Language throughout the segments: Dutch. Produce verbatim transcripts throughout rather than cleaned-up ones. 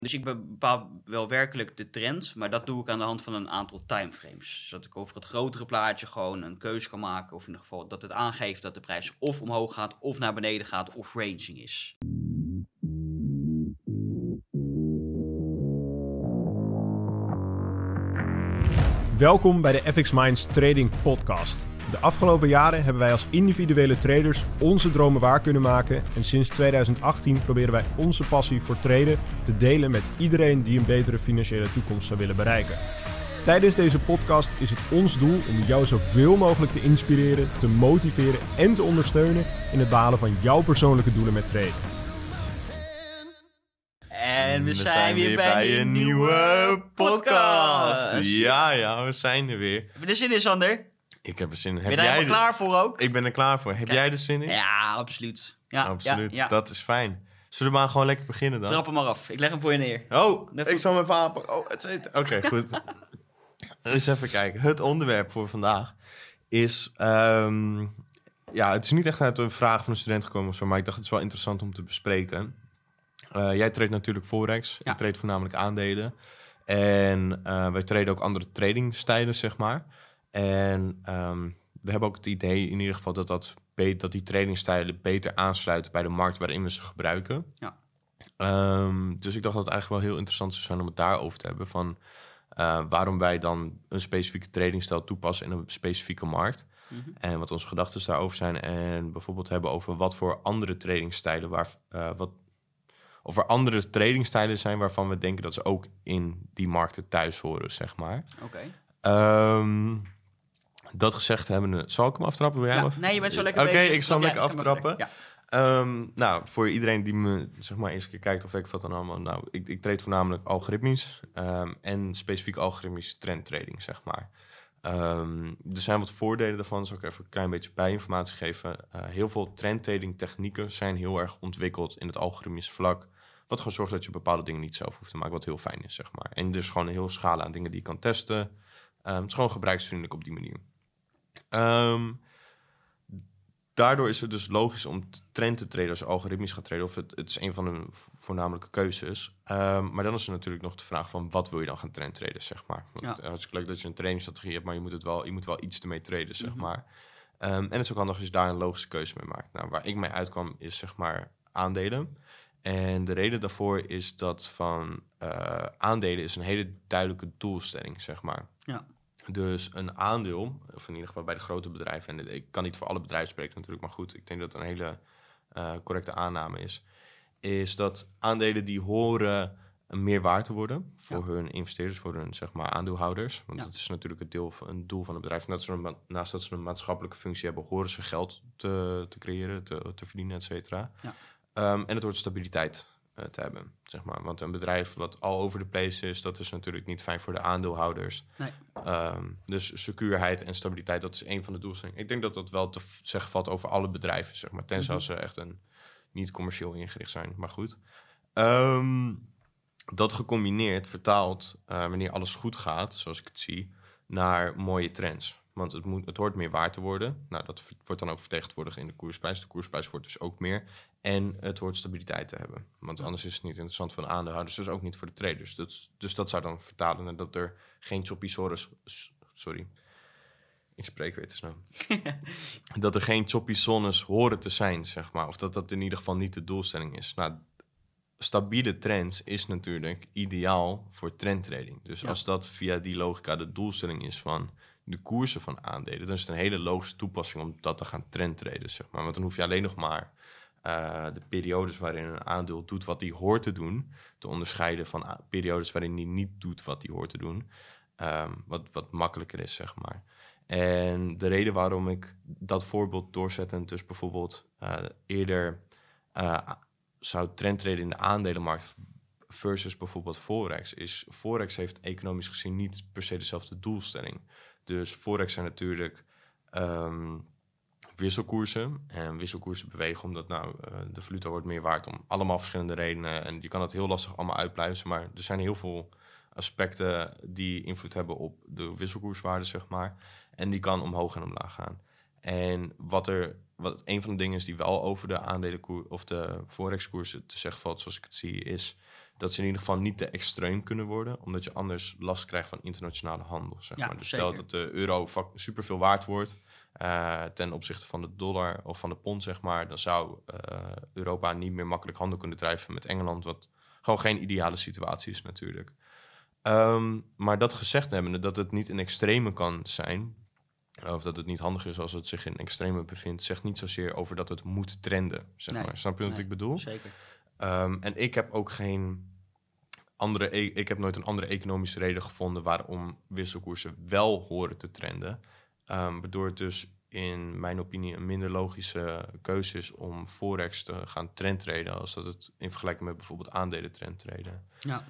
Dus ik bepaal wel werkelijk de trend, maar dat doe ik aan de hand van een aantal timeframes. Zodat ik over het grotere plaatje gewoon een keuze kan maken. Of in ieder geval dat het aangeeft dat de prijs of omhoog gaat, of naar beneden gaat, of ranging is. Welkom bij de F X Minds Trading Podcast. De afgelopen jaren hebben wij als individuele traders onze dromen waar kunnen maken. En sinds twintig achttien proberen wij onze passie voor traden te delen met iedereen die een betere financiële toekomst zou willen bereiken. Tijdens deze podcast is het ons doel om jou zoveel mogelijk te inspireren, te motiveren en te ondersteunen in het behalen van jouw persoonlijke doelen met traden. En we, we zijn, zijn weer, weer bij, bij een nieuwe podcast. podcast. Ja, ja, we zijn er weer. Heb je er zin in, Sander? Ik heb er zin in. Ben je er helemaal de... klaar voor ook? Ik ben er klaar voor. Heb Kijk. jij er zin in? Ja, absoluut. Ja, absoluut. Ja, ja. Dat is fijn. Zullen we maar gewoon lekker beginnen dan? Trap hem maar af. Ik leg hem voor je neer. Oh, ik zal hem even aanpakken. Oh, het zit. Oké, okay, goed. Eens even kijken. Het onderwerp voor vandaag is... Um, ja, het is niet echt uit een vraag van een student gekomen of zo, maar ik dacht het is wel interessant om te bespreken. Uh, jij trade natuurlijk Forex. Ja. Ik trade voornamelijk aandelen. En uh, wij traden ook andere tradingstijlen, zeg maar. En um, we hebben ook het idee in ieder geval dat, dat, be- dat die tradingstijlen beter aansluiten bij de markt waarin we ze gebruiken. Ja. Um, dus ik dacht dat het eigenlijk wel heel interessant zou zijn om het daarover te hebben. Van uh, waarom wij dan een specifieke tradingstijl toepassen in een specifieke markt. Mm-hmm. En wat onze gedachten daarover zijn. En bijvoorbeeld hebben over wat voor andere tradingstijlen waar... Uh, wat Of er andere tradingstijlen zijn waarvan we denken dat ze ook in die markten thuis horen, zeg maar. Oké. Okay. Um, dat gezegd hebben, zal ik hem aftrappen? Wil jij ja, hem af... Nee, je bent zo lekker Oké, bezig. Okay, ik zal hem ja, lekker aftrappen. Ja. Um, nou, voor iedereen die me zeg maar eens keer kijkt of ik wat dan allemaal... Nou, ik, ik trade voornamelijk algoritmisch um, en specifiek algoritmisch trendtrading, zeg maar. Um, er zijn wat voordelen daarvan, zal ik even een klein beetje bijinformatie geven. Uh, heel veel trendtrading technieken zijn heel erg ontwikkeld in het algoritmische vlak. Wat gewoon zorgt dat je bepaalde dingen niet zelf hoeft te maken, wat heel fijn is, zeg maar. En dus gewoon een heel scala aan dingen die je kan testen. Um, het is gewoon gebruiksvriendelijk op die manier. Um, daardoor is het dus logisch om trend te traden als je algoritmisch gaat traden. Of het, het is een van de voornamelijke keuzes. Um, maar dan is er natuurlijk nog de vraag van wat wil je dan gaan trend traden, zeg maar. Ja. Het is hartstikke leuk dat je een trainingsstrategie hebt, maar je moet, het wel, je moet wel iets ermee traden, zeg mm-hmm. maar. Um, en het is ook handig als je daar een logische keuze mee maakt. Nou, waar ik mee uitkwam is, zeg maar, aandelen. En de reden daarvoor is dat van uh, aandelen is een hele duidelijke doelstelling, zeg maar. Ja. Dus een aandeel, of in ieder geval bij de grote bedrijven... en ik kan niet voor alle bedrijven spreken natuurlijk, maar goed... ik denk dat het een hele uh, correcte aanname is... is dat aandelen die horen meer waard te worden... voor ja. hun investeerders, voor hun zeg maar, aandeelhouders. Want ja. dat is natuurlijk het deel, een doel van het bedrijf. Naast dat, een, naast dat ze een maatschappelijke functie hebben... horen ze geld te, te creëren, te, te verdienen, et cetera... Ja. Um, en het hoort stabiliteit uh, te hebben, zeg maar. Want een bedrijf wat al over de place is... dat is natuurlijk niet fijn voor de aandeelhouders. Nee. Um, dus secuurheid en stabiliteit, dat is een van de doelstellingen. Ik denk dat dat wel te f- zeggen valt over alle bedrijven, zeg maar. Tenzij mm-hmm. ze echt een niet commercieel ingericht zijn, maar goed. Um, dat gecombineerd vertaalt, uh, wanneer alles goed gaat, zoals ik het zie... naar mooie trends. Want het, moet, het hoort meer waard te worden. Nou, dat wordt dan ook vertegenwoordigd in de koersprijs. De koersprijs wordt dus ook meer. En het hoort stabiliteit te hebben. Want anders is het niet interessant voor de aandeelhouders. Dus ook niet voor de traders. Dus, dus dat zou dan vertalen naar dat er geen choppy zones... Sorry. Ik spreek weer te snel. Dat er geen choppy zones horen te zijn, zeg maar. Of dat dat in ieder geval niet de doelstelling is. Nou, stabiele trends is natuurlijk ideaal voor trendtrading. Dus ja. als dat via die logica de doelstelling is van... de koersen van aandelen, dan is het een hele logische toepassing om dat te gaan trendtraden, zeg maar. Want dan hoef je alleen nog maar uh, de periodes waarin een aandeel doet wat hij hoort te doen, te onderscheiden van a- periodes waarin hij niet doet wat hij hoort te doen. Um, wat, wat makkelijker is, zeg maar. En de reden waarom ik dat voorbeeld doorzettend dus bijvoorbeeld uh, eerder uh, zou trendtraden in de aandelenmarkt versus bijvoorbeeld Forex, is Forex heeft economisch gezien niet per se dezelfde doelstelling. Dus Forex zijn natuurlijk um, wisselkoersen. En wisselkoersen bewegen omdat nou, uh, de valuta wordt meer waard om allemaal verschillende redenen. En je kan het heel lastig allemaal uitpluizen. Maar er zijn heel veel aspecten die invloed hebben op de wisselkoerswaarde, zeg maar. En die kan omhoog en omlaag gaan. En wat er, wat een van de dingen is die wel over de aandelenkoers of de Forex-koersen te zeggen valt, zoals ik het zie, is dat ze in ieder geval niet te extreem kunnen worden, omdat je anders last krijgt van internationale handel, zeg Ja, maar. Dus zeker. stel dat de euro vak- superveel waard wordt uh, ten opzichte van de dollar of van de pond, zeg maar, dan zou uh, Europa niet meer makkelijk handel kunnen drijven met Engeland, wat gewoon geen ideale situatie is natuurlijk. Um, maar dat gezegd hebbende, dat het niet in extreme kan zijn, of dat het niet handig is als het zich in extreme bevindt, zegt niet zozeer over dat het moet trenden, zeg Nee, maar. Snap je wat nee, ik bedoel? Zeker. Um, en ik heb ook geen andere, e- ik heb nooit een andere economische reden gevonden waarom wisselkoersen wel horen te trenden. Um, waardoor het dus in mijn opinie een minder logische keuze is om Forex te gaan trendtraden, als dat het in vergelijking met bijvoorbeeld aandelen trendtraden. Ja.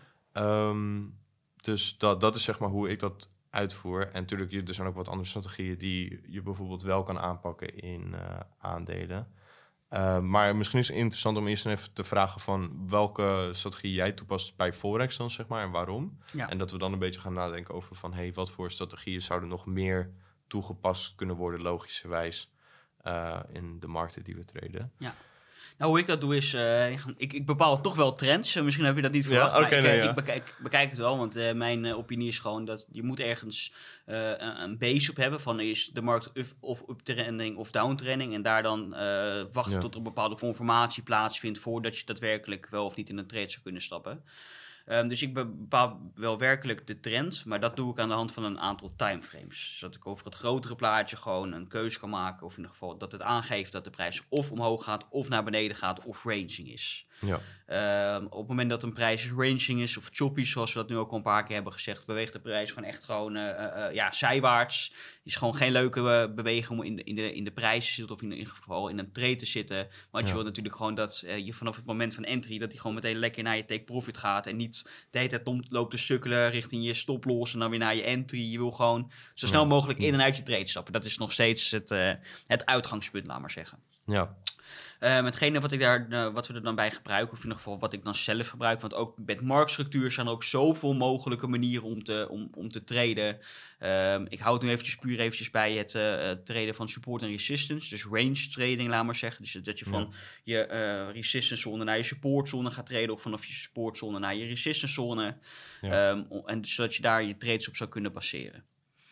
Um, dus dat, dat is zeg maar hoe ik dat uitvoer. En natuurlijk, er zijn ook wat andere strategieën die je bijvoorbeeld wel kan aanpakken in uh, aandelen. Uh, maar misschien is het interessant om eerst even te vragen van welke strategie jij toepast bij Forex dan, zeg maar, en waarom. Ja. En dat we dan een beetje gaan nadenken over van, hey, wat voor strategieën zouden nog meer toegepast kunnen worden, logischerwijs, uh, in de markten die we traden. Ja. Nou, hoe ik dat doe is, uh, ik, ik bepaal toch wel trends. Uh, misschien heb je dat niet verwacht, ja, okay, maar ik, nee, uh, ja. ik, bekijk, ik bekijk het wel. Want uh, mijn uh, opinie is gewoon dat je moet ergens uh, een, een base op hebben van is de markt up, of uptrending of downtrending. En daar dan uh, wachten ja. tot er een bepaalde conformatie plaatsvindt voordat je daadwerkelijk wel of niet in een trade zou kunnen stappen. Um, dus ik bepaal wel werkelijk de trend, maar dat doe ik aan de hand van een aantal timeframes. Zodat ik over het grotere plaatje gewoon een keuze kan maken, of in ieder geval dat het aangeeft dat de prijs of omhoog gaat, of naar beneden gaat, of ranging is. Ja. Um, op het moment dat een prijs ranging is, of choppy, zoals we dat nu ook al een paar keer hebben gezegd, beweegt de prijs gewoon echt gewoon uh, uh, ja, zijwaarts. Is gewoon geen leuke uh, beweging om in de, in, de, in de prijs te zitten, of in, in ieder geval in een trade te zitten. Want ja. je wil natuurlijk gewoon dat uh, je vanaf het moment van entry, dat die gewoon meteen lekker naar je take profit gaat en niet de hele tijd loopt te sukkelen richting je stop loss en dan weer naar je entry. Je wil gewoon zo snel mogelijk in en uit je trade stappen. Dat is nog steeds het, uh, het uitgangspunt, laat maar zeggen. Ja. Uh, hetgene wat, ik daar, uh, wat we er dan bij gebruiken, of in ieder geval wat ik dan zelf gebruik, want ook met marktstructuur zijn er ook zoveel mogelijke manieren om te, om, om te traden. Uh, ik hou het nu eventjes puur eventjes bij het uh, traden van support en resistance, dus range trading, laat maar zeggen. Dus dat je van ja. je uh, resistance zone naar je support zone gaat traden, of vanaf je support zone naar je resistance zone. Ja. Um, en zodat je daar je trades op zou kunnen baseren.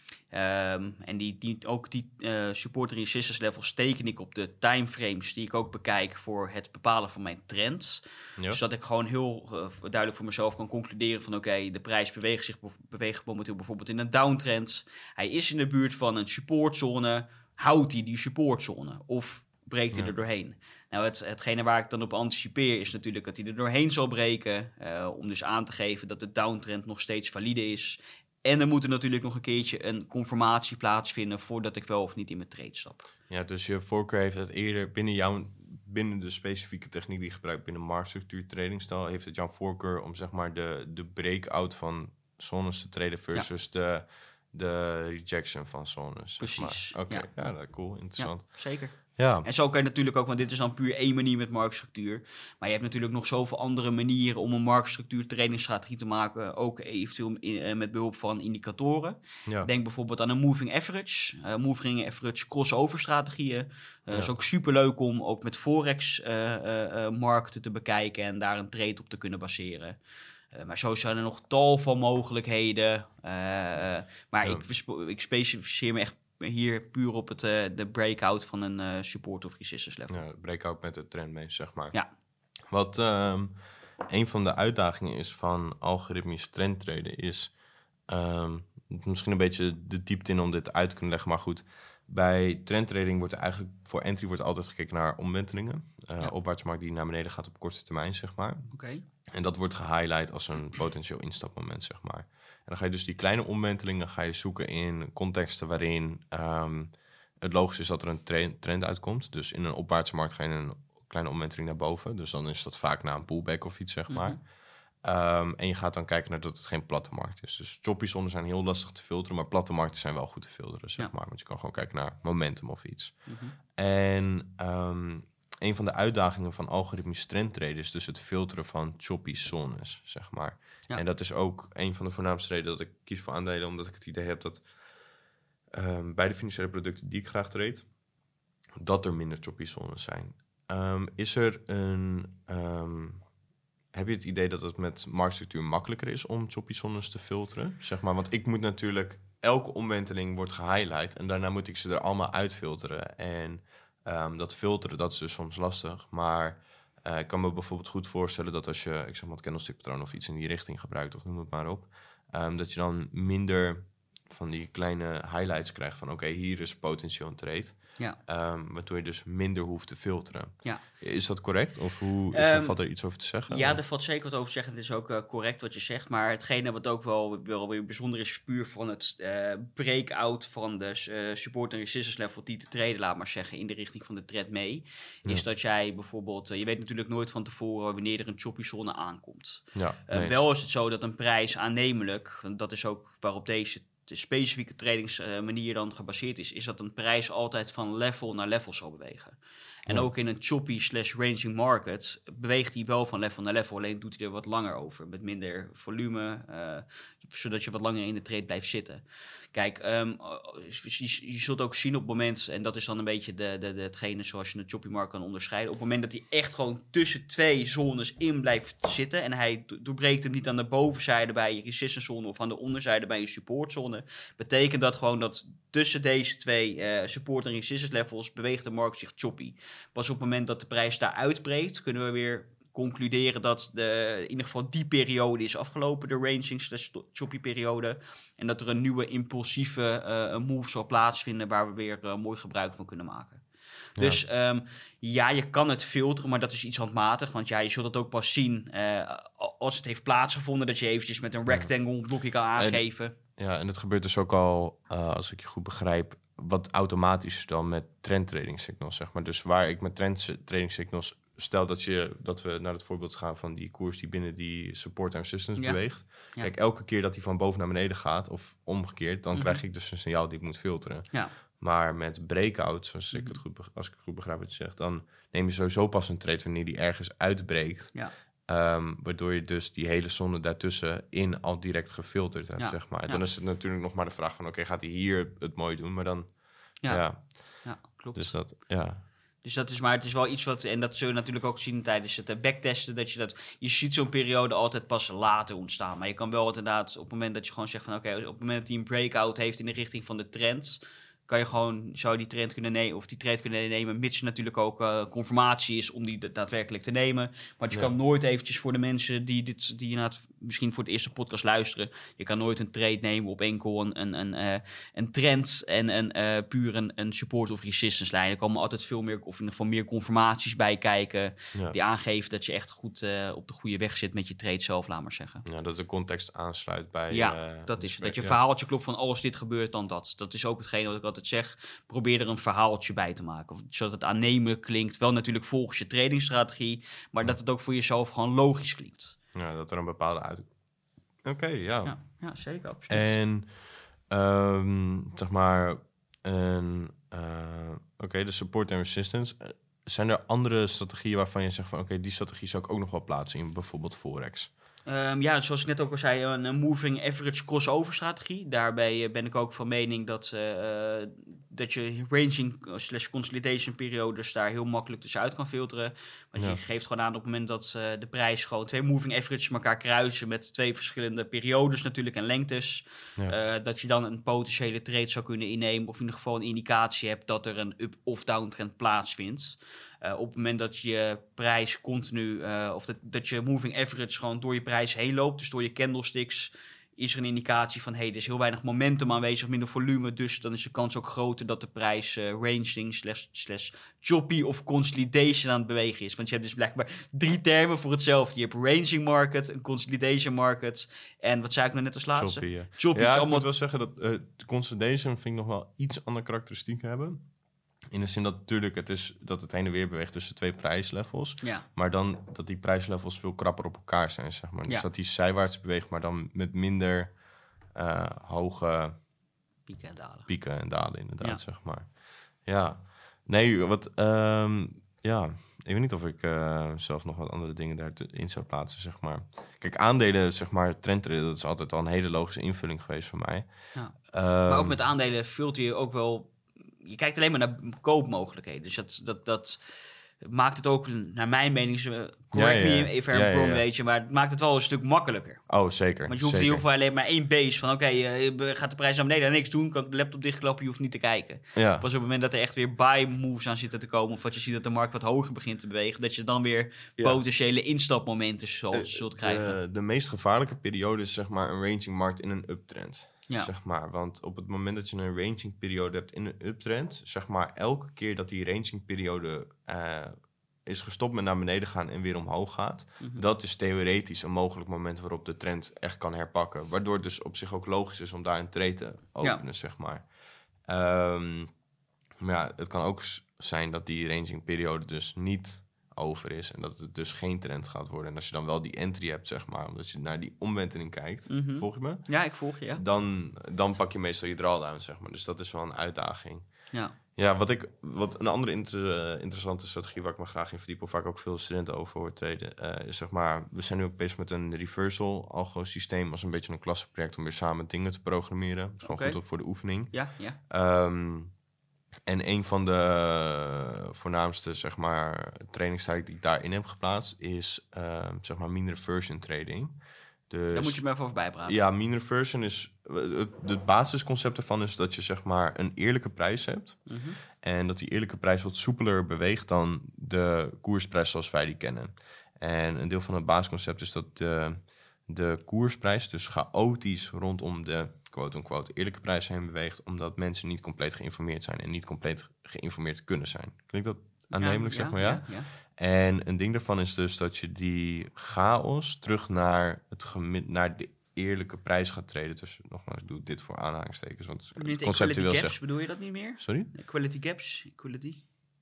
Um, en die, die, ook die uh, support en resistance levels teken ik op de timeframes die ik ook bekijk voor het bepalen van mijn trend. Ja. Zodat ik gewoon heel uh, duidelijk voor mezelf kan concluderen van oké, okay, de prijs beweegt zich beweegt momenteel bijvoorbeeld in een downtrend. Hij is in de buurt van een supportzone. Houdt hij die supportzone? Of breekt hij ja. er doorheen? Nou, het, hetgene waar ik dan op anticipeer is natuurlijk dat hij er doorheen zal breken. Uh, om dus aan te geven dat de downtrend nog steeds valide is. En er moet er natuurlijk nog een keertje een conformatie plaatsvinden voordat ik wel of niet in mijn trade stap. Ja, dus je voorkeur heeft het eerder binnen jouw, binnen de specifieke techniek die je gebruikt binnen marktstructuur tradingstijl, heeft het jouw voorkeur om zeg maar de, de breakout van zones te traden versus ja. de, de rejection van zones. Precies. Zeg maar. Oké, okay. ja. ja, dat is cool, interessant. Ja, zeker. Ja. En zo kan je natuurlijk ook, want dit is dan puur één manier met marktstructuur. Maar je hebt natuurlijk nog zoveel andere manieren om een marktstructuur trainingsstrategie te maken. Ook eventueel in, uh, met behulp van indicatoren. Ja. Denk bijvoorbeeld aan een moving average. Uh, moving average crossover strategieën. Uh, ja. is ook superleuk om ook met forex uh, uh, uh, markten te bekijken en daar een trade op te kunnen baseren. Uh, maar zo zijn er nog tal van mogelijkheden. Uh, uh, maar ja. ik, ik specificeer me echt hier puur op het, uh, de breakout van een uh, support of resistance level. Ja, breakout met de trend mee, zeg maar. Ja. Wat um, een van de uitdagingen is van algoritmisch trendtraden is um, misschien een beetje de diepte in om dit uit te kunnen leggen, maar goed. Bij trendtrading wordt er eigenlijk voor entry wordt altijd gekeken naar omwentelingen. Uh, ja. Opwaartsmarkt die naar beneden gaat op korte termijn, zeg maar. Oké. Okay. En dat wordt gehighlight als een potentieel instapmoment, zeg maar. En dan ga je dus die kleine omwentelingen ga je zoeken in contexten waarin um, het logisch is dat er een trend, trend uitkomt. Dus in een opwaartse markt ga je een kleine omwenteling naar boven. Dus dan is dat vaak na een pullback of iets, zeg maar. Mm-hmm. Um, en je gaat dan kijken naar dat het geen platte markt is. Dus choppy zones zijn heel lastig te filteren, maar platte markten zijn wel goed te filteren, zeg ja. maar. Want je kan gewoon kijken naar momentum of iets. Mm-hmm. En um, een van de uitdagingen van algoritmisch trendtraden is dus het filteren van choppy zones, zeg maar. Ja. En dat is ook een van de voornaamste redenen dat ik kies voor aandelen, omdat ik het idee heb dat um, bij de financiële producten die ik graag trade, dat er minder choppy zones zijn. Um, is er een... Um, heb je het idee dat het met marktstructuur makkelijker is om choppy zones te filteren? Zeg maar, want ik moet natuurlijk... Elke omwenteling wordt gehighlight en daarna moet ik ze er allemaal uitfilteren. En um, dat filteren, dat is dus soms lastig. Maar uh, ik kan me bijvoorbeeld goed voorstellen dat als je, ik zeg maar, het candlestick-patroon of iets in die richting gebruikt, of noem het maar op, um, dat je dan minder van die kleine highlights krijgt van oké, okay, hier is potentieel een trade. Ja. Um, waardoor je dus minder hoeft te filteren. Ja. Is dat correct? Of hoe is um, er, valt er iets over te zeggen? Ja, of? er valt zeker wat over te zeggen. Het is ook uh, correct wat je zegt. Maar hetgene wat ook wel, wel weer bijzonder is, puur van het uh, breakout van de uh, support en resistance level die te treden, laat maar zeggen, in de richting van de trend mee. Ja. Is dat jij bijvoorbeeld, uh, je weet natuurlijk nooit van tevoren wanneer er een choppy zone aankomt. Ja, uh, wel is het zo dat een prijs aannemelijk, want dat is ook waarop deze de specifieke tradingsmanier dan gebaseerd is, is dat een prijs altijd van level naar level zal bewegen. En ja. ook in een choppy slash ranging market beweegt hij wel van level naar level, alleen doet hij er wat langer over, met minder volume, uh, zodat je wat langer in de trade blijft zitten. Kijk, um, je, je zult ook zien op het moment, en dat is dan een beetje de, de, de, hetgene zoals je een choppy market kan onderscheiden, op het moment dat hij echt gewoon tussen twee zones in blijft zitten en hij doorbreekt hem niet aan de bovenzijde bij je resistance zone of aan de onderzijde bij je support zone, betekent dat gewoon dat tussen deze twee uh, support en resistance levels beweegt de markt zich choppy. Pas op het moment dat de prijs daar uitbreekt, kunnen we weer concluderen dat de, in ieder geval die periode is afgelopen, de ranging slash choppy periode. En dat er een nieuwe impulsieve uh, move zal plaatsvinden waar we weer uh, mooi gebruik van kunnen maken. Ja. Dus um, ja, je kan het filteren, maar dat is iets handmatig. Want ja, je zult het ook pas zien uh, als het heeft plaatsgevonden, dat je eventjes met een rectangle blokje kan aangeven. En, ja, en het gebeurt dus ook al, uh, als ik je goed begrijp, wat automatisch dan met trend trading signals, zeg maar. Dus waar ik met trend trading signals, stel dat, je, dat we naar het voorbeeld gaan van die koers die binnen die support en resistance ja. beweegt. Ja. Kijk, elke keer dat die van boven naar beneden gaat, of omgekeerd, dan mm-hmm. krijg ik dus een signaal die ik moet filteren. Ja. Maar met breakout, zoals mm-hmm. ik het goed, als ik het goed begrijp wat je zegt, dan neem je sowieso pas een trade wanneer die ergens uitbreekt. Ja. Um, waardoor je dus die hele zone daartussen in al direct gefilterd hebt, ja. zeg maar. En ja. dan is het natuurlijk nog maar de vraag van, oké, okay, gaat hij hier het mooi doen? Maar dan, ja. ja. Ja, klopt. Dus dat, ja. Dus dat is maar, het is wel iets wat, en dat zul je natuurlijk ook zien tijdens het backtesten, dat je dat, je ziet zo'n periode altijd pas later ontstaan. Maar je kan wel inderdaad, op het moment dat je gewoon zegt van, oké, okay, op het moment dat hij een breakout heeft in de richting van de trend, kan je gewoon, zou je die trend kunnen nemen, of die trade kunnen nemen, mits er natuurlijk ook uh, confirmatie is om die daadwerkelijk te nemen. Maar je ja. kan nooit eventjes voor de mensen die dit, die inderdaad misschien voor het eerste podcast luisteren, je kan nooit een trade nemen op enkel een, een, een, uh, een trend en een, uh, puur een, een support of resistance lijn. Er komen altijd veel meer, of in ieder geval meer confirmaties bij kijken, ja. die aangeven dat je echt goed uh, op de goede weg zit met je trade zelf, laat maar zeggen. Ja, dat de context aansluit bij... Ja, uh, dat is dat je ja. verhaaltje klopt van als dit gebeurt, dan dat. Dat is ook hetgene wat ik altijd zeg. Probeer er een verhaaltje bij te maken. Zodat het aannemelijk klinkt. Wel natuurlijk volgens je tradingstrategie, maar dat het ook voor jezelf gewoon logisch klinkt. Ja, dat er een bepaalde uit... Oké, okay, ja. ja. Ja, zeker, absoluut. En, um, zeg maar, een... Uh, Oké, okay, de support en resistance. Uh, zijn er andere strategieën waarvan je zegt van... Oké, okay, die strategie zou ik ook nog wel plaatsen in bijvoorbeeld Forex? Um, ja, zoals ik net ook al zei, een, een moving average crossover strategie. Daarbij ben ik ook van mening dat, uh, dat je ranging slash consolidation periodes daar heel makkelijk tussenuit kan filteren. Want ja. je geeft gewoon aan op het moment dat uh, de prijs gewoon twee moving averages elkaar kruisen met twee verschillende periodes natuurlijk en lengtes. Ja. Uh, dat je dan een potentiële trade zou kunnen innemen of in ieder geval een indicatie hebt dat er een up- of downtrend plaatsvindt. Uh, op het moment dat je prijs continu, uh, of dat, dat je moving average gewoon door je prijs heen loopt, dus door je candlesticks, is er een indicatie van, hé, hey, er is heel weinig momentum aanwezig, minder volume, dus dan is de kans ook groter dat de prijs uh, ranging slash, slash choppy of consolidation aan het bewegen is. Want je hebt dus blijkbaar drie termen voor hetzelfde. Je hebt ranging market, een consolidation market en wat zei ik nou net als laatste? Choppy, ja. Choppy, ja, ik allemaal... moet wel zeggen dat uh, de consolidation vind ik nog wel iets andere karakteristieken hebben. In de zin dat natuurlijk het is dat het heen en weer beweegt tussen twee prijslevels. Ja. Maar dan dat die prijslevels veel krapper op elkaar zijn, zeg maar. Dus ja. dat die zijwaarts beweegt, maar dan met minder uh, hoge pieken en dalen. Pieken en dalen, inderdaad, ja. zeg maar. Ja. Nee, wat... Um, ja, ik weet niet of ik uh, zelf nog wat andere dingen daarin zou plaatsen, zeg maar. Kijk, aandelen, zeg maar, trendtraden, dat is altijd al een hele logische invulling geweest voor mij. Ja. Um, maar ook met aandelen filter je ook wel... Je kijkt alleen maar naar koopmogelijkheden. Dus dat, dat, dat maakt het ook, naar mijn mening, uh, correct Ja, ja. me even Ja, ja, wrong, ja. weet je, maar het maakt het wel een stuk makkelijker. Oh, zeker. Want je hoeft in zeker. ieder geval alleen maar één base van, oké, okay, uh, gaat de prijs naar beneden, niks doen, kan de laptop dichtklappen, je hoeft niet te kijken. Ja. Pas op het moment dat er echt weer buy moves aan zitten te komen, of wat je ziet dat de markt wat hoger begint te bewegen, dat je dan weer Ja. potentiële instapmomenten zult, De, zult krijgen. de, de meest gevaarlijke periode is zeg maar een ranging markt in een uptrend. Ja. Zeg maar. Want op het moment dat je een ranging periode hebt in een uptrend, zeg maar elke keer dat die ranging periode uh, is gestopt met naar beneden gaan en weer omhoog gaat, Mm-hmm. dat is theoretisch een mogelijk moment waarop de trend echt kan herpakken. Waardoor het dus op zich ook logisch is om daar een trade te openen, Ja. zeg maar. Um, maar ja, het kan ook zijn dat die ranging periode dus niet over is en dat het dus geen trend gaat worden. En als je dan wel die entry hebt, zeg maar, omdat je naar die omwenteling kijkt, Mm-hmm. volg je me? Ja, ik volg je, ja. Dan, dan pak je meestal je drawdown, zeg maar. Dus dat is wel een uitdaging. Ja. Ja, wat ik, wat een andere inter, uh, interessante strategie waar ik me graag in verdiep, of waar ik ook veel studenten over hoor treden, uh, is zeg maar, we zijn nu ook bezig met een reversal algo systeem als een beetje een klassenproject om weer samen dingen te programmeren. Dat is gewoon Oké. goed op voor de oefening. Ja, ja. Um, en een van de voornaamste, zeg maar, trainingstijden die ik daarin heb geplaatst is, uh, zeg maar, mean reversion trading. Dus, Daar moet je me even over bijpraten. ja, mean reversion is, het, het basisconcept ervan is dat je, zeg maar, een eerlijke prijs hebt. Mm-hmm. En dat die eerlijke prijs wat soepeler beweegt dan de koersprijs zoals wij die kennen. En een deel van het basisconcept is dat de, de koersprijs dus chaotisch rondom de quote-unquote eerlijke prijs heen beweegt, omdat mensen niet compleet geïnformeerd zijn en niet compleet geïnformeerd kunnen zijn. Klinkt dat aannemelijk, ja, zeg maar, ja? ja, ja. En een ding daarvan is dus dat je die chaos terug naar, het gemi- naar de eerlijke prijs gaat treden. Dus nogmaals, ik doe dit voor aanhalingstekens, want Met equality conceptueel gaps, zegt... bedoel je dat niet meer? Sorry? Equality gaps, equality.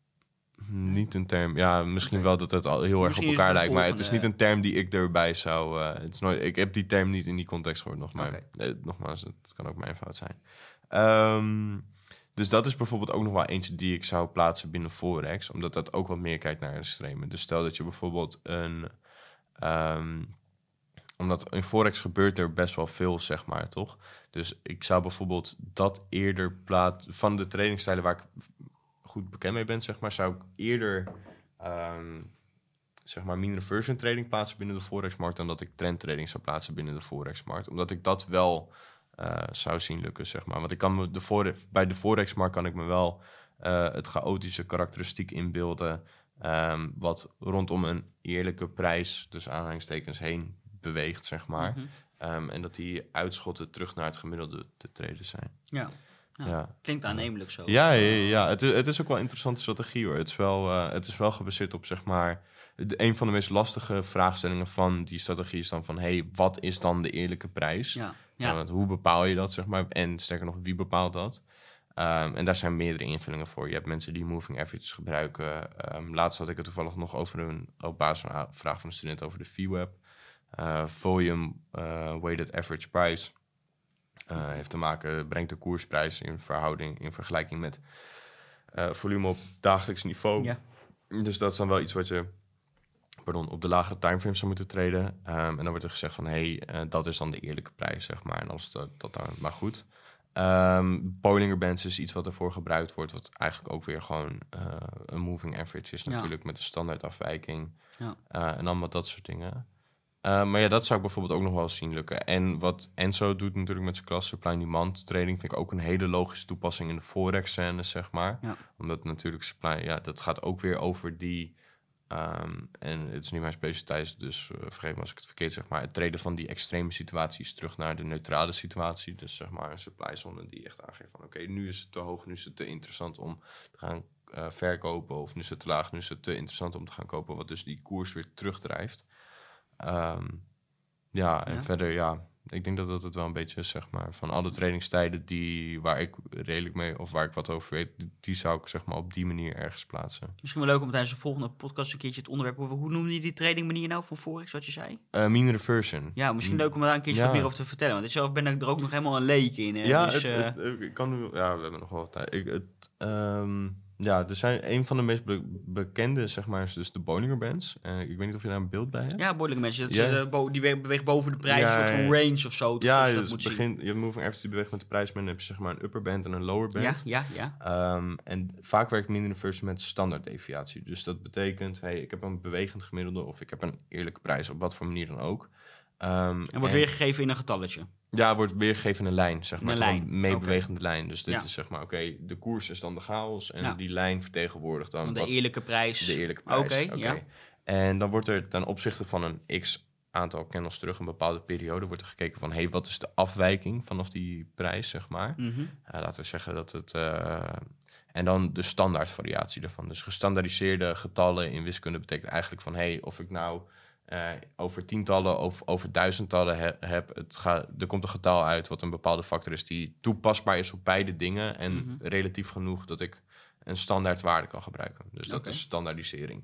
Niet een term. Ja, misschien Oké. wel dat het al heel erg op Misschien is elkaar het lijkt. Maar het is volgende- niet een term die ik erbij zou... Uh, het is nooit, ik heb die term niet in die context gehoord. Nog maar, Oké. eh, nogmaals, het kan ook mijn fout zijn. Um, dus dat is bijvoorbeeld ook nog wel eentje die ik zou plaatsen binnen Forex. Omdat dat ook wat meer kijkt naar extremen. Dus stel dat je bijvoorbeeld een... Um, omdat in Forex gebeurt er best wel veel, zeg maar, toch? Dus ik zou bijvoorbeeld dat eerder plaatsen... Van de tradingstijlen waar ik goed bekend mee ben, zeg maar, zou ik eerder um, zeg maar mean reversion trading plaatsen binnen de Forex-markt dan dat ik trend trading zou plaatsen binnen de Forex-markt. Omdat ik dat wel uh, zou zien lukken, zeg maar. Want ik kan me de Forex, bij de Forex-markt kan ik me wel uh, het chaotische karakteristiek inbeelden, um, wat rondom een eerlijke prijs, dus aanhalingstekens, heen beweegt, zeg maar. Mm-hmm. Um, en dat die uitschotten terug naar het gemiddelde te treden zijn. Ja. Ja. Ja. Klinkt aannemelijk zo. Ja, ja, ja, ja. Het, is, het is ook wel een interessante strategie, hoor. Het is wel, uh, het is wel gebaseerd op, zeg maar... De, een van de meest lastige vraagstellingen van die strategie is dan van... hey, wat is dan de eerlijke prijs? Ja. Ja. Uh, want hoe bepaal je dat, zeg maar? En sterker nog, wie bepaalt dat? Um, en daar zijn meerdere invullingen voor. Je hebt mensen die moving averages gebruiken. Um, laatst had ik het toevallig nog over een... op basis van een vraag van een student over de V WAP. Uh, volume uh, Weighted Average Price... Uh, heeft te maken, brengt de koersprijs in verhouding, in vergelijking met uh, volume op dagelijks niveau. Ja. Dus dat is dan wel iets wat je pardon, op de lagere timeframes zou moeten treden. Um, en dan wordt er gezegd van, hé, hey, uh, dat is dan de eerlijke prijs, zeg maar. En als dat, dat dan maar goed. Um, Bollinger Bands is iets wat ervoor gebruikt wordt, wat eigenlijk ook weer gewoon uh, een moving average is, Ja. natuurlijk, met de standaardafwijking. Ja. Uh, en allemaal dat soort dingen. Uh, maar ja, dat zou ik bijvoorbeeld ook nog wel eens zien lukken. En wat Enzo doet natuurlijk met zijn klas supply and demand trading, vind ik ook een hele logische toepassing in de Forex-scène, zeg maar. Ja. Omdat natuurlijk supply, ja, dat gaat ook weer over die... Um, en het is niet mijn specialiteit, dus uh, vergeet me als ik het verkeerd zeg, maar het treden van die extreme situaties terug naar de neutrale situatie. Dus zeg maar een supply zone die echt aangeeft van oké, okay, nu is het te hoog, nu is het te interessant om te gaan uh, verkopen. Of nu is het te laag, nu is het te interessant om te gaan kopen, wat dus die koers weer terugdrijft. Um, ja, en Ja. verder, ja, ik denk dat dat het wel een beetje is, zeg maar. Van alle trainingstijden die, waar ik redelijk mee, of waar ik wat over weet, die, die zou ik zeg maar op die manier ergens plaatsen. Misschien wel leuk om tijdens de volgende podcast een keertje het onderwerp over... Hoe noemde je die tradingmanier nou van Forex, wat je zei? Uh, mean reversion. Ja, misschien leuk om daar een keertje Ja. wat meer over te vertellen. Want ik zelf ben er ook nog helemaal een leek in. Hè? Ja, dus, het, uh, het, ik kan nu, ja, we hebben nog wel wat tijd. Ik, het, um, Ja, er zijn een van de meest be- bekende, zeg maar, is dus de Bollinger Bands. Uh, ik weet niet of je daar een beeld bij hebt. Ja, Bollinger Bands. Dat Ja. uh, bo- die beweegt boven de prijs, Ja, een soort van range of zo. Ja, je, dat dus moet begin, zien. je hebt moving average die beweegt met de prijs, maar dan heb je zeg maar een upper band en een lower band. Ja, ja, ja. Um, en vaak werkt Mean Universal met standaarddeviatie. Dus dat betekent, hey, ik heb een bewegend gemiddelde of ik heb een eerlijke prijs, op wat voor manier dan ook. Um, en wordt en, weergegeven in een getalletje? Ja, wordt weergegeven in een lijn, zeg maar. Een lijn. Een meebewegende okay. lijn. Dus dit ja. is zeg maar, oké, okay, de koers is dan de chaos en ja. die lijn vertegenwoordigt dan de wat, eerlijke prijs. De eerlijke prijs, oké. Okay, okay. Ja. En dan wordt er ten opzichte van een x aantal candles terug, een bepaalde periode, wordt er gekeken van, hé, hey, wat is de afwijking vanaf die prijs, zeg maar. Mm-hmm. Uh, laten we zeggen dat het... Uh, en dan de standaardvariatie daarvan. Dus gestandaardiseerde getallen in wiskunde betekent eigenlijk van, hé, hey, of ik nou... Uh, over tientallen of over duizendtallen he, heb, het ga, er komt een getal uit wat een bepaalde factor is die toepasbaar is op beide dingen en mm-hmm. relatief genoeg dat ik een standaardwaarde kan gebruiken. Dus dat okay. is standaardisering.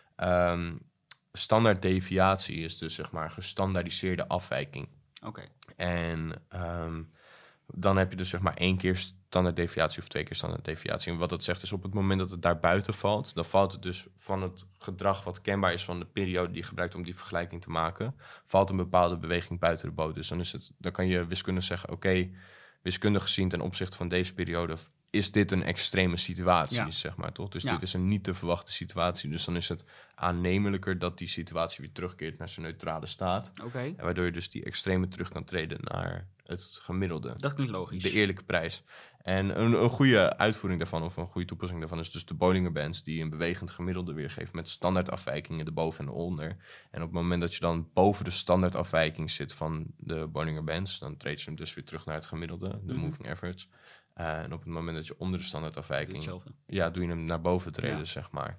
Um, standaarddeviatie is dus zeg maar gestandaardiseerde afwijking. Oké. Okay. En um, dan heb je dus zeg maar één keer standaarddeviatie of twee keer standaarddeviatie. En wat dat zegt is op het moment dat het daar buiten valt, dan valt het dus van het gedrag wat kenbaar is van de periode die je gebruikt om die vergelijking te maken, valt een bepaalde beweging buiten de boot. Dus dan, is het, dan kan je wiskundig zeggen, oké, okay, wiskundig gezien ten opzichte van deze periode is dit een extreme situatie, ja. zeg maar, toch? Dus ja. dit is een niet te verwachte situatie. Dus dan is het aannemelijker dat die situatie weer terugkeert naar zijn neutrale staat. Okay. En waardoor je dus die extreme terug kan treden naar het gemiddelde. Dat klinkt logisch. De eerlijke prijs. En een, een goede uitvoering daarvan, of een goede toepassing daarvan, is dus de Bollinger Bands, die een bewegend gemiddelde weergeeft met standaardafwijkingen erboven en onder. En op het moment dat je dan boven de standaardafwijking zit van de Bollinger Bands, dan treedt je hem dus weer terug naar het gemiddelde, de mm-hmm. moving average. Uh, en op het moment dat je onder de standaardafwijking... Doe ja, doe je hem naar boven treden, ja. zeg maar.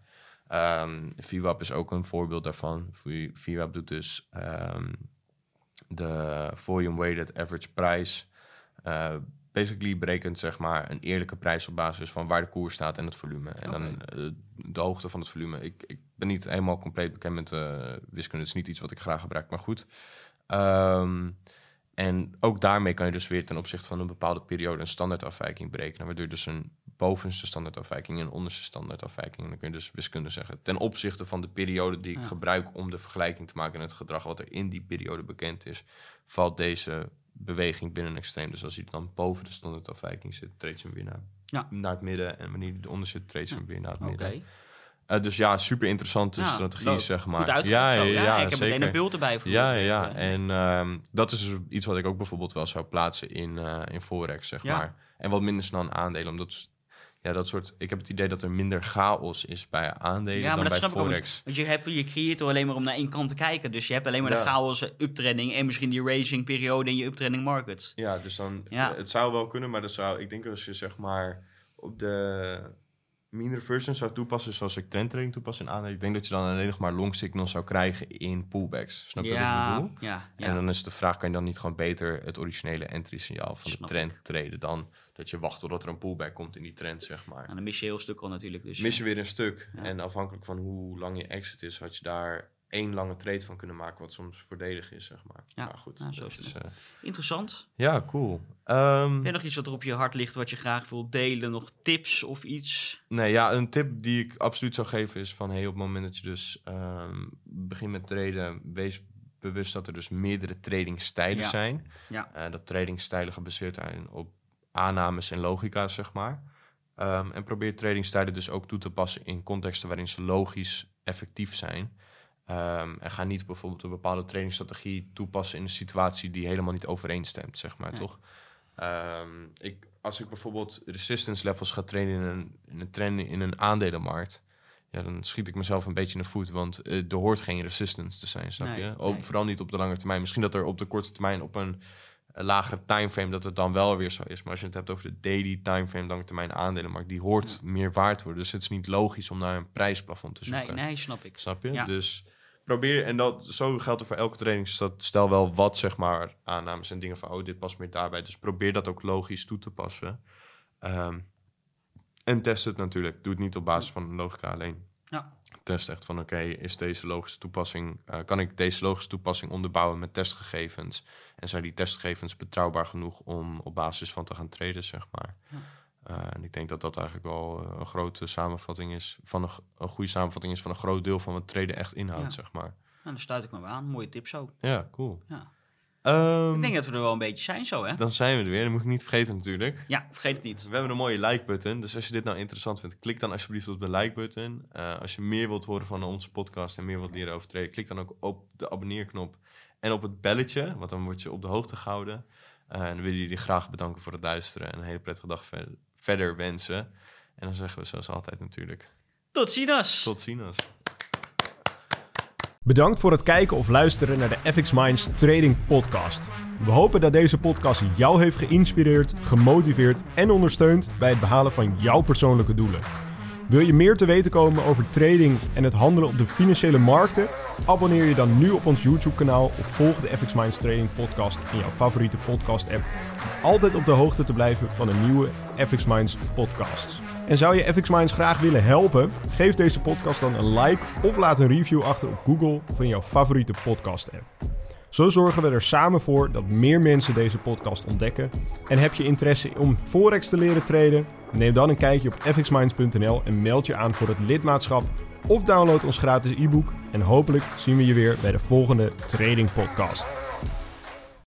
Um, V WAP is ook een voorbeeld daarvan. V WAP doet dus um, de volume weighted average prijs. Uh, basically berekent zeg maar een eerlijke prijs op basis van waar de koers staat en het volume. En okay. dan uh, de hoogte van het volume. Ik, ik ben niet helemaal compleet bekend met uh, wiskunde. Het is niet iets wat ik graag gebruik, maar goed. Um, En ook daarmee kan je dus weer ten opzichte van een bepaalde periode een standaardafwijking berekenen. Waardoor je dus een bovenste standaardafwijking en een onderste standaardafwijking. En dan kun je dus wiskunde zeggen. Ten opzichte van de periode die ik ja. gebruik om de vergelijking te maken en het gedrag wat er in die periode bekend is, valt deze beweging binnen een extreem. Dus als hij dan boven de standaardafwijking zit, treedt ze hem weer naar, ja. naar het midden. En wanneer hij eronder zit, treedt ze hem ja. weer naar het midden. Okay. Uh, dus ja, super interessante ja, strategie, leuk. zeg maar. Goed uitgelegd ja, ja, ja, ja, ja, ik heb zeker. meteen een beeld erbij. Voor ja, ja, ja. En um, dat is dus iets wat ik ook bijvoorbeeld wel zou plaatsen in, uh, in Forex, zeg ja. maar. En wat minder snel aan aandelen, omdat... Ja, dat soort... Ik heb het idee dat er minder chaos is bij aandelen ja, dan bij snap Forex. Ik want je, hebt, je creëert er alleen maar om naar één kant te kijken. Dus je hebt alleen maar ja. de chaos, uptrending en misschien die racing periode in je uptrending market. Ja, dus dan... Ja. Het zou wel kunnen, maar dat zou... Ik denk als je zeg maar op de... mean reversion zou toepassen zoals ik trendtrading toepas in aandelen. Ik denk dat je dan alleen nog maar long signals zou krijgen in pullbacks. Snap je ja, wat ik bedoel? Ja, ja. En dan is de vraag, kan je dan niet gewoon beter het originele entry signaal van Snap de trend ik. treden dan dat je wacht totdat er een pullback komt in die trend, zeg maar. En dan mis je heel stuk al natuurlijk. Dus mis je weer een stuk. Ja. En afhankelijk van hoe lang je exit is, had je daar één lange trade van kunnen maken, wat soms voordelig is, zeg maar. Ja, maar goed. Ja, zo is is, uh... interessant. Ja, cool. Um, Heb je nog iets wat er op je hart ligt wat je graag wilt delen? Nog tips of iets? Nee, ja, een tip die ik absoluut zou geven is van, hey, op het moment dat je dus um, begint met traden, wees bewust dat er dus meerdere tradingstijlen ja. zijn. Ja. Uh, dat tradingstijlen gebaseerd zijn op aannames en logica, zeg maar. Um, en probeer tradingstijlen dus ook toe te passen in contexten waarin ze logisch effectief zijn. Um, en ga niet bijvoorbeeld een bepaalde tradingstrategie toepassen in een situatie die helemaal niet overeenstemt, zeg maar, nee. toch? Um, ik, als ik bijvoorbeeld resistance levels ga trainen in een, in een trend in een aandelenmarkt, ja, dan schiet ik mezelf een beetje in de voet, want uh, er hoort geen resistance te zijn, snap nee, je? Ook, nee. Vooral niet op de lange termijn. Misschien dat er op de korte termijn op een uh, lagere timeframe dat het dan wel weer zo is. Maar als je het hebt over de daily timeframe, lange termijn aandelenmarkt, die hoort ja. meer waard worden. Dus het is niet logisch om naar een prijsplafond te zoeken. Nee, nee, snap ik. Snap je? Ja. Dus probeer, en dat, zo geldt er voor elke training, stel wel wat, zeg maar, aannames en dingen van, oh, dit past meer daarbij. Dus probeer dat ook logisch toe te passen. Um, en test het natuurlijk. Doe het niet op basis van logica alleen. Ja. Test echt van, oké, okay, is deze logische toepassing, uh, kan ik deze logische toepassing onderbouwen met testgegevens? En zijn die testgegevens betrouwbaar genoeg om op basis van te gaan traden, zeg maar? Uh, en ik denk dat dat eigenlijk wel uh, een grote samenvatting is... van een, een goede samenvatting is van een groot deel van wat traden echt inhoudt, ja. zeg maar. Nou, dan sluit ik me weer aan. Mooie tip zo. Ja, cool. Ja. Um, ik denk dat we er wel een beetje zijn zo, hè? Dan zijn we er weer. Dat moet ik niet vergeten natuurlijk. Ja, vergeet het niet. We hebben een mooie like-button. Dus als je dit nou interessant vindt, klik dan alsjeblieft op de like-button. Uh, als je meer wilt horen van onze podcast en meer wilt leren over traden, klik dan ook op de abonneerknop en op het belletje, want dan word je op de hoogte gehouden. Uh, en dan willen jullie graag bedanken voor het luisteren en een hele prettige dag ver- verder wensen. En dan zeggen we zoals altijd natuurlijk... Tot ziens! Tot ziens! Bedankt voor het kijken of luisteren naar de F X Minds Trading Podcast. We hopen dat deze podcast jou heeft geïnspireerd, gemotiveerd en ondersteund bij het behalen van jouw persoonlijke doelen. Wil je meer te weten komen over trading en het handelen op de financiële markten? Abonneer je dan nu op ons YouTube-kanaal of volg de F X Minds Trading Podcast in jouw favoriete podcast-app. Om altijd op de hoogte te blijven van een nieuwe F X Minds podcasts. En zou je F X Minds graag willen helpen? Geef deze podcast dan een like of laat een review achter op Google of in jouw favoriete podcast-app. Zo zorgen we er samen voor dat meer mensen deze podcast ontdekken. En heb je interesse om Forex te leren traden? Neem dan een kijkje op f x minds punt n l en meld je aan voor het lidmaatschap. Of download ons gratis e-book. En hopelijk zien we je weer bij de volgende Trading Podcast.